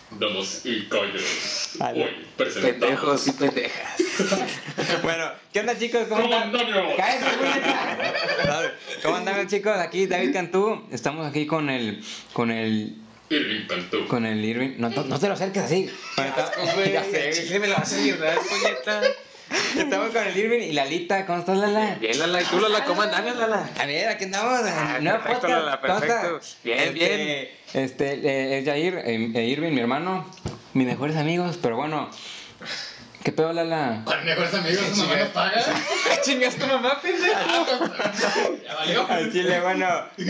Damas y caballeros, Vale. hoy presentamos... Pendejos y pendejas. Bueno, ¿qué onda, chicos? ¿Cómo andan? ¡Cállate, puñeta! ¿Cómo andan, chicos? Aquí David Cantú. Estamos aquí con el Irving Cantú. con el Irving. No te lo acerques así. Ya sé, ¿Qué me lo vas a ayudar, puñeta? estamos con el Irving y Lalita. ¿Cómo estás, Lala? Bien, Lala. ¿Y tú, Lala? ¿Cómo andas, Lala? A ver, aquí andamos. Nuevo Perfecto, podcast. Lala, ¿Cómo perfecto. estás? Bien, bien. Es Jair, Irving, mi hermano. Mis mejores amigos, pero bueno. ¿Qué pedo, Lala? ¿Cuál mejores amigos? ¿Tu mamá nos paga? ¿Chingas tu mamá, pendejo? Ya valió. Al chile, bueno,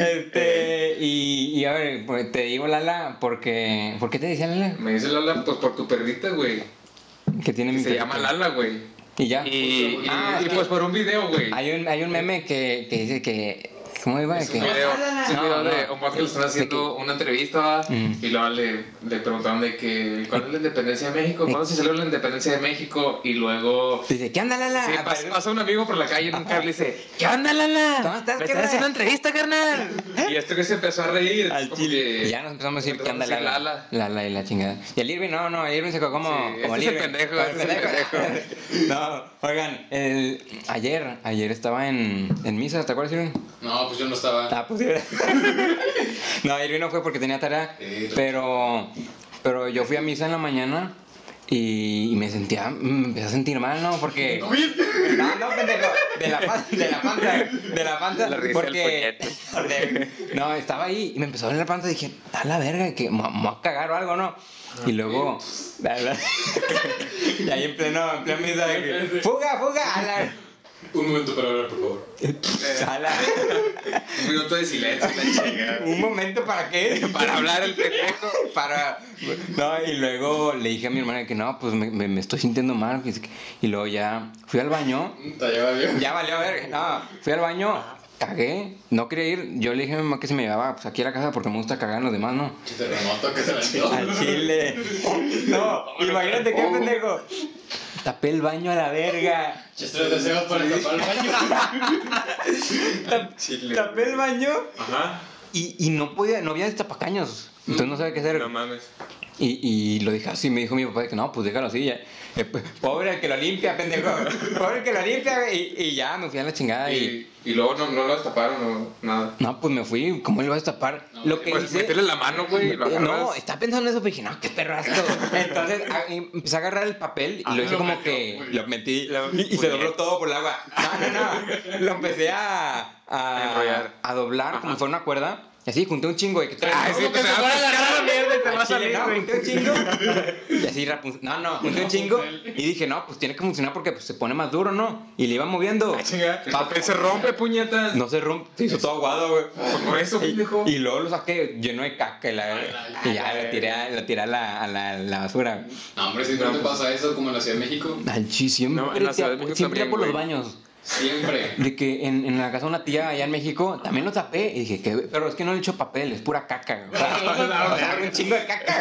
y a ver, pues, te digo Lala, porque... ¿Por qué te decía Lala? Me dice Lala, pues por tu perrita, güey. Que tiene mi Se perrito. llama Lala, güey. Y ya. Y es que pues por un video, güey. hay un meme que dice que... ¿Cómo iba? Es un Que... video, es un No, video de no. un vato que le están haciendo una entrevista y luego le preguntaron de que ¿cuándo es la independencia de México? ¿Cuándo se celebró la independencia de México? Y luego Dice, ¿qué onda, Lala? sí, pasa un amigo por la calle en un carro y le dice ¿qué onda, Lala? ¿Cómo estás, ¿Me carnal? estás haciendo una entrevista, carnal? Y esto que se empezó a reír Al como chile. que Y ya nos empezamos a decir, ¿qué onda, empezamos a Lala? decir Lala y la chingada. Y el Irving, no, el Irving se quedó como... Sí, como este es el Irving. pendejo, Como este es el pendejo. No, oigan, ayer estaba en misa, ¿te acuerdas, Irving? No, pues yo no estaba. Ah, pues sí. No, Irving no fue porque tenía tarea, Sí, pero yo fui a misa en la mañana y me empecé a sentir mal, ¿no? Porque... No, pendejo, de la panza, La risa del porque... No, estaba ahí y me empezó a doler la panza y dije, a la verga, que me voy a cagar o algo, ¿no? Y luego... Y ahí en pleno misa de que... ¡Fuga, a la... Un momento para hablar, por favor. A la... un minuto de silencio la chica ¿Un momento para qué? para hablar el pendejo. No, y luego le dije a mi hermana que no, pues me estoy sintiendo mal. Y luego ya fui al baño. Ya valió. Ya valió a ver. No, fui al baño, cagué, no quería ir. Yo le dije a mi mamá que se me llevaba pues, aquí a la casa porque me gusta cagar en los demás, ¿no? Terremoto que se aventó. Al chile. No, imagínate qué pendejo. Tapé el baño a la verga. Tres deseos para tapar el baño. Tapé el baño Ajá. y no había destapacaños. Entonces no sabía qué hacer. No mames. Y lo dije así, me dijo mi papá que no, pues déjalo así ya. Pobre el que lo limpia, pendejo. Pobre el que lo limpia, y ya me fui a la chingada Y luego no lo destaparon o nada. No, pues me fui, ¿cómo le iba a destapar? No, Lo que Pues hice... métele la mano, güey, y lo agarras. No, estaba pensando en eso, pero dije, no, qué perro asco. Entonces empecé a agarrar el papel y lo hice lo como metió, que muy bien. lo metí Muy y se dobló bien. todo por el agua. No. Lo empecé a enrollar. a doblar como si fuera una cuerda. Y así junté un chingo de que Ay, sí, pues se va a pescar la mierda y te va a salir, no, güey. junté un chingo. Y así junté un chingo. Y dije, no, pues tiene que funcionar porque pues, se pone más duro, ¿no? Y le iba moviendo. Chinga, el papel se rompe, puñetas. No se rompe, se hizo todo aguado, güey. Por eso, pendejo. Y luego lo saqué lleno de caca y ya lo tiré a la basura. No, hombre, si no te pasa eso como en la Ciudad de México. Al chi, siempre, No, en la Ciudad de México siempre también, por los güey. baños. Siempre. De que en la casa de una tía allá en México también lo tapé y dije, pero es que no le echo papel, es pura caca. O sea, un chingo de caca.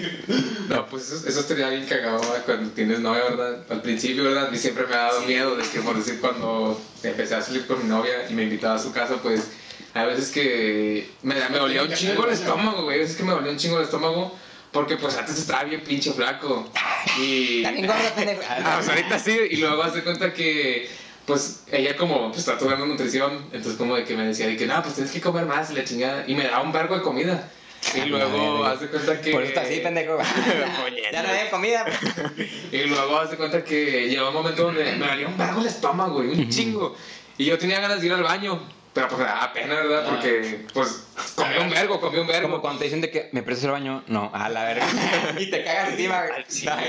No, pues eso estaría bien cagado ¿verdad? Cuando tienes novia, ¿verdad? Al principio, ¿verdad? A mí siempre me ha dado miedo de que, por decir, cuando empecé a salir con mi novia y me invitaba a su casa, pues, a veces que me dolía un chingo el estómago, güey. A veces que me dolía un chingo el estómago. Porque pues antes estaba bien pinche flaco. Y... También gordo, pendejo. pues ahorita sí. Y luego hace cuenta que... Pues ella como pues está tomando nutrición. Entonces como de que me decía de que no, pues tienes que comer más y la chingada. Y me daba un vergo de comida. Y luego hace cuenta que... Por eso está así, pendejo. Ya no había comida. Y luego hace cuenta que llegó un momento donde me valía un vergo el estómago, güey. Un chingo. Y yo tenía ganas de ir al baño. Pero pues me daba pena, ¿verdad? Porque pues comí un vergo. Como cuando te dicen de que me prestas el baño, no, a la verga. Y te cagas encima, güey.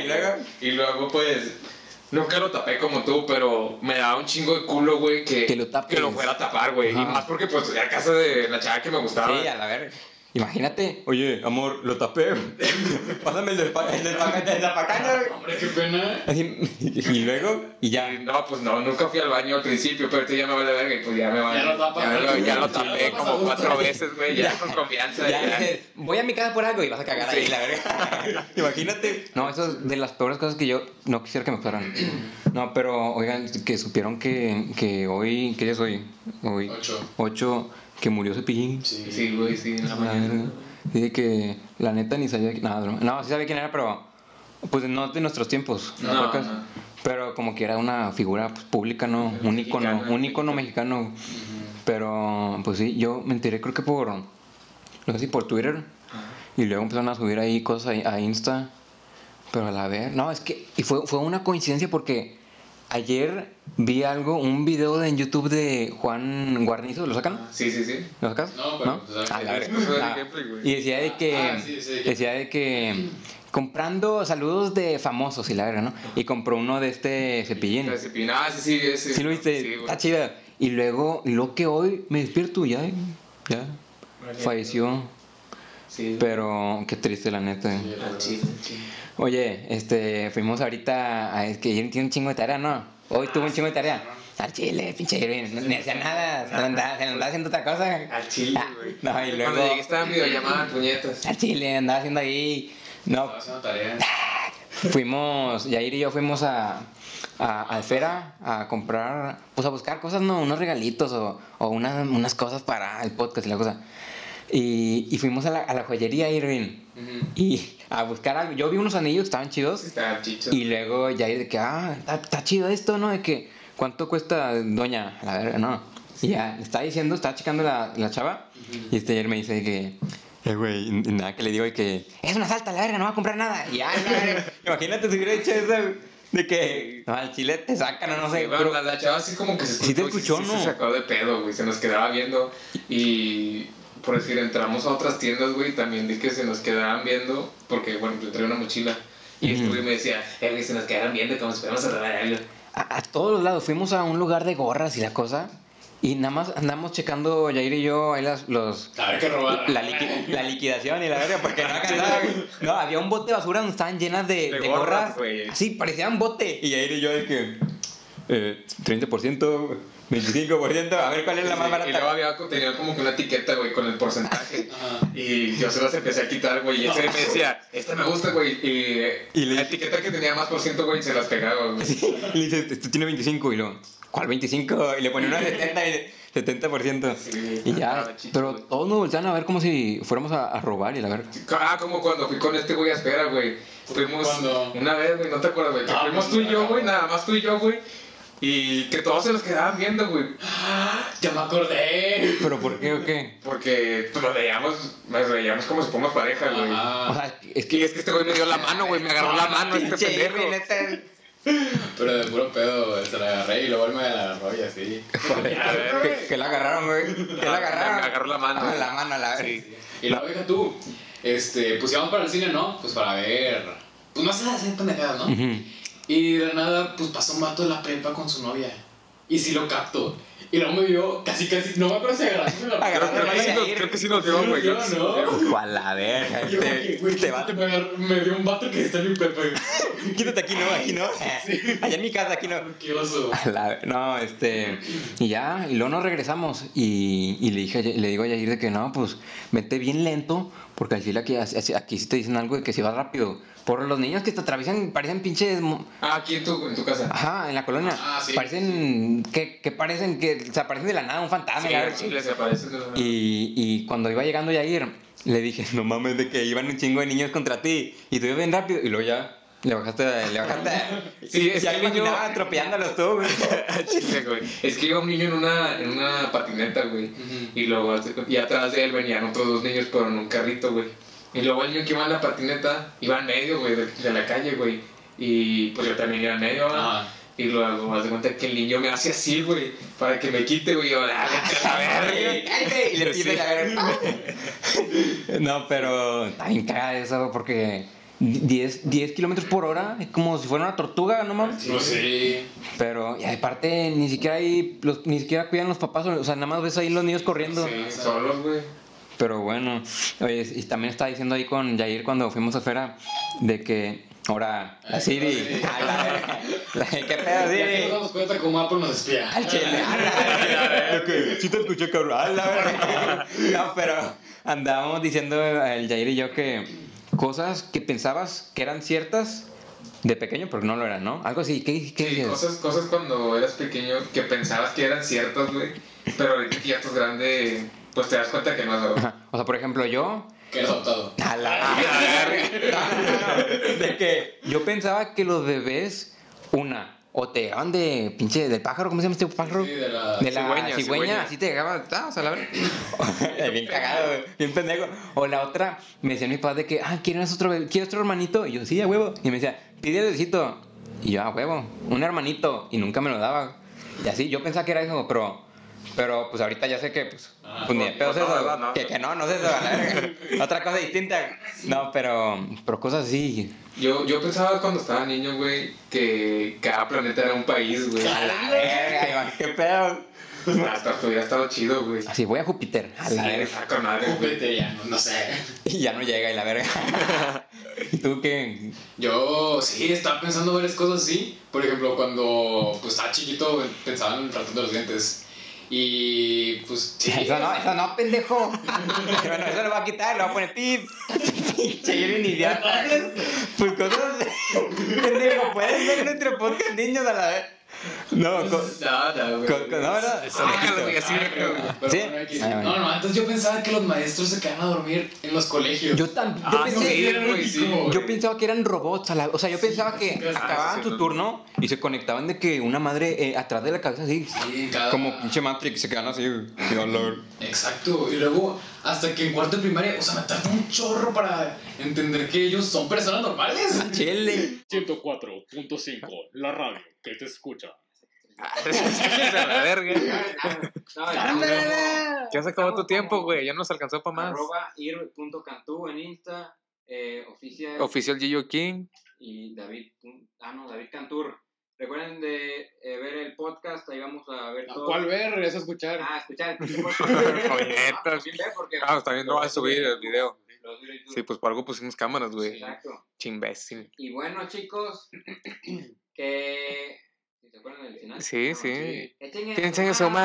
Y luego pues nunca lo tapé como tú, pero me daba un chingo de culo, güey, que lo tapes. que lo fuera a tapar, güey. Y Ajá. más porque pues era casa de la chava que me gustaba. Sí, a la verga. Imagínate, oye, amor, lo tapé. Pásame el del pacaño, güey. Hombre, qué pena. Así, y luego, y ya. Y no, pues no, nunca fui al baño al principio, pero ahorita ya me vale verga y pues ya me vale. Ya lo tapas. Ya lo Ya tapé lo como pasas 4 gusto. veces, güey, ya con confianza. Ya dices, voy a mi casa por algo y vas a cagar ahí, Sí. la verga. Imagínate. No, eso es de las peores cosas que yo no quisiera que me pasaran. No, pero oigan, que supieron que hoy, ¿qué día es hoy? Hoy, 8. 8, que murió Cepillín. Sí. Sí, güey, sí, en la La mañana. verga. Dice que la neta ni sabía... No, sí sabía quién era, pero pues no de nuestros tiempos. No. Pero como que era una figura pues, pública, ¿no? Un ícono mexicano. Pero pues sí, yo me enteré creo que no sé si por Twitter. Y luego empezaron a subir ahí cosas a Insta. Pero a la ver, no, es que y fue una coincidencia porque ayer vi un video en YouTube de Juan Guarnizo, ¿lo sacan? Sí. ¿Lo sacas? No, pero pues, A la ver. güey. Y decía de que comprando saludos de famosos y la verga, ¿no? Y compró uno de este Cepillín. Sí, ¿Sí lo viste? Sí, Está chida. Y luego que hoy me despierto ya falleció. Sí. Pero qué triste la neta. Al chile. Oye, fuimos ahorita es que ayer tiene un chingo de tarea, ¿no? Hoy tuvo un chingo de tarea. Al chile, pinche Irving, no hacía nada, se andaba haciendo otra cosa. Al chile, güey. No, y luego... Cuando llegué estaba en videollamada, puñetas. Al chile, andaba haciendo ahí... No, Estaba haciendo tareas. Yair y yo fuimos a Alfera a comprar, pues a buscar cosas, ¿no? Unos regalitos o unas cosas para el podcast y la cosa. Y fuimos a la joyería, Irving. Y a buscar algo. Yo vi unos anillos que estaban chidos. Estaban chichos. Y luego Yair de que, está chido esto, ¿no? De que, ¿cuánto cuesta, doña? La verga, no. Y ya, estaba checando la chava. Y Yair me dice que, güey, y nada, que le digo de que, es una salta, la verga, no va a comprar nada. Y ya, la verga. Imagínate si hubiera hecho eso, de que, no, al chile te sacan o no sé. Sí, bueno, pero la chava así como que se escuchó. Sí te escuchó, ¿no? Se sacó de pedo, güey. Se nos quedaba viendo. Y por decir, entramos a otras tiendas, güey. También de que se nos quedaban viendo. Porque, bueno, yo traía una mochila. Y este güey me decía, güey, se nos quedaron viendo como si fuéramos a robar algo. A todos los lados. Fuimos a un lugar de gorras y la cosa. Y nada más andamos checando, Yair y yo, ahí A ver qué robar. la liquidación y la verga, porque no alcanzaba. No, había un bote de basura donde estaban llenas de gorras. Güey. Sí, parecía un bote. Y Yair y yo, de que 30%, 25%, a ver cuál es la más barata. Y luego tenía como que una etiqueta, güey, con el porcentaje. Y yo se las empecé a quitar, güey. Y ese me decía, esta me gusta, güey. Y la etiqueta que tenía más por ciento, güey, se las pegaba, güey. Sí, y le dice, este tiene 25. Y luego, ¿cuál 25? Y le ponía una 70 y 70%. Sí, y ya, pero güey. todos nos volteaban a ver como si fuéramos a robar y la verga. Como cuando fui con este güey a Espera, güey. Fuimos ¿Cuándo? una vez, güey, no te acuerdas, güey. Que fuimos tú y yo, güey, nada más tú y yo, güey. Y que todos se los quedaban viendo, güey. Ya me acordé. ¿Pero por qué o qué? Porque pues, nos veíamos como si fuéramos pareja, güey. O sea, es Y que... es que este güey me dio la mano, güey, me agarró la mano, este Pinche pendejo. Irving, neta. Pero de puro pedo, se la agarré y luego él me la agarró y así. que la agarraron, güey. Que la agarraron. Me agarró la mano. La mano, la verga. Y luego, deja tú, pues íbamos para el cine, ¿no? Pues para ver, pues no sé, hacer pendejadas, ¿no? Ujú. Y de la nada, pues pasó un vato de la prepa con su novia. Y sí lo captó. Y luego me vio casi, no me acuerdo si agarrándose la Agarrándose prepa. la mano. Creo que sí nos dio, güey. Yo, ¿no? Hijo a la verga. Yo, güey, Te va. me vio un vato que está en mi prepa. Quítate aquí, no, aquí no. Allá en mi casa, aquí no. Qué oso. No, y ya, y luego nos regresamos. Y le digo a Yair de que no, pues vete bien lento, porque al chile aquí sí te dicen algo de que si vas rápido. Por los niños que te atraviesan, parecen pinches. Aquí en tu casa. Ajá, en la colonia. Sí. Parecen que parecen que se aparecen de la nada, un fantasma. Sí, la al verga. chile se aparece. Y cuando iba llegando Yair, le dije, no mames, de que iban un chingo de niños contra ti. Y tú ibas bien rápido. Y luego ya le bajaste. Sí, es ya que el niño imaginaba atropellándolos tú, güey. Chile, güey. Es que iba un niño en una patineta, güey. Y luego, y atrás de él venían otros dos niños, pero en un carrito, güey. Y luego el niño que iba en la patineta iba en medio, güey, de la calle, güey. Y pues yo también iba en medio, ¿verdad? Y luego me das cuenta que el niño me hace así, güey, para que me quite, güey. Y yo, vete a la verga. Y le pide la verga. No, pero está bien cagada eso, porque 10 kilómetros por hora es como si fuera una tortuga, ¿no mames? Pues sí. Pero, y aparte, ni siquiera cuidan los papás, o sea, nada más ves ahí los niños corriendo. Sí, solos, güey. Pero bueno, oye, y también estaba diciendo ahí con Yair cuando fuimos afuera de que ahora la Siri, ¿qué pedo, Siri? Nos damos cuenta cómo Apple nos espía. Al chile, sí te escuché, cabrón. No, pero andábamos diciendo el Yair y yo que cosas que pensabas que eran ciertas de pequeño, pero no lo eran, ¿no? Algo así, ¿qué Sí, dices? cosas cuando eras pequeño que pensabas que eran ciertas, güey. Pero ahorita que ya estás grande, pues te das cuenta que no es verdad. Ajá. O sea, por ejemplo, yo Que eres adoptado. A la no. De que yo pensaba que los bebés, o te llegaban de pinche del pájaro, ¿cómo se llama este pájaro? Sí, de la cigüeña. Así te llegaban, o sea, la verdad. Bien cagado, bien pendejo. O la otra, me decían mis padres de que, ¿quieres otro hermanito? Y yo, sí, a huevo. Y me decía, pide el besito. Y yo, a huevo, un hermanito. Y nunca me lo daba. Y así, yo pensaba que era eso, pero pues ahorita ya sé que, pues ni de pedo es eso. no. Que no sé eso. Otra cosa distinta. No, pero cosas así. Yo pensaba cuando estaba niño, güey, que cada planeta era un país, güey. A la verga, Iván, qué pedo. Hasta hubiera estado chido, güey. Así, voy a Júpiter. A Sí, la verga. está con madre, güey. Jupiteriano, no sé. Y ya no llega, y la verga. ¿Y tú qué? Yo sí estaba pensando varias cosas así. Por ejemplo, cuando pues estaba chiquito pensaba en el ratón de los dientes. Y pues sí. Eso no, pendejo. Bueno, eso lo va a quitar, le va a poner pip. Pinche, yo bien idiota. Pues cosas. Pendejo, puedes ver nuestro podcast niños a la vez. No, No, güey. no, ¿verdad? Güey, así Pero ¿Sí? bueno, X. Ah, bueno. No, antes yo pensaba que los maestros se quedaban a dormir en los colegios. Yo también. Ah, sí, güey, sí. Yo pensaba que eran robots. O sea, yo pensaba que acababan sí, su turno y se conectaban de que una madre atrás de la cabeza así. Sí, en cada... Como pinche Matrix, se quedan así. Exacto, y luego hasta que en cuarto de primaria, o sea, me tardó un chorro para entender que ellos son personas normales. Chile. 104.5, la radio que te escucha. A la verga. No, Ya se acabó tu tiempo, güey. Ya nos alcanzó para más. @ir.cantú en Insta, oficial Oficial Gillo King. y David Cantur. Recuerden de ver el podcast, ahí vamos a ver todo. ¿Cuál ver? Regresa a escuchar. Escuchar el pinche podcast. Puñetas. También ver porque También no vas a subir el video. lo vas a subir en YouTube. Sí, pues por algo pusimos cámaras, güey. Exacto. Chimbécil. Y bueno, chicos, que ¿se acuerdan del final? Sí, sí. Echen Piensen en su madre.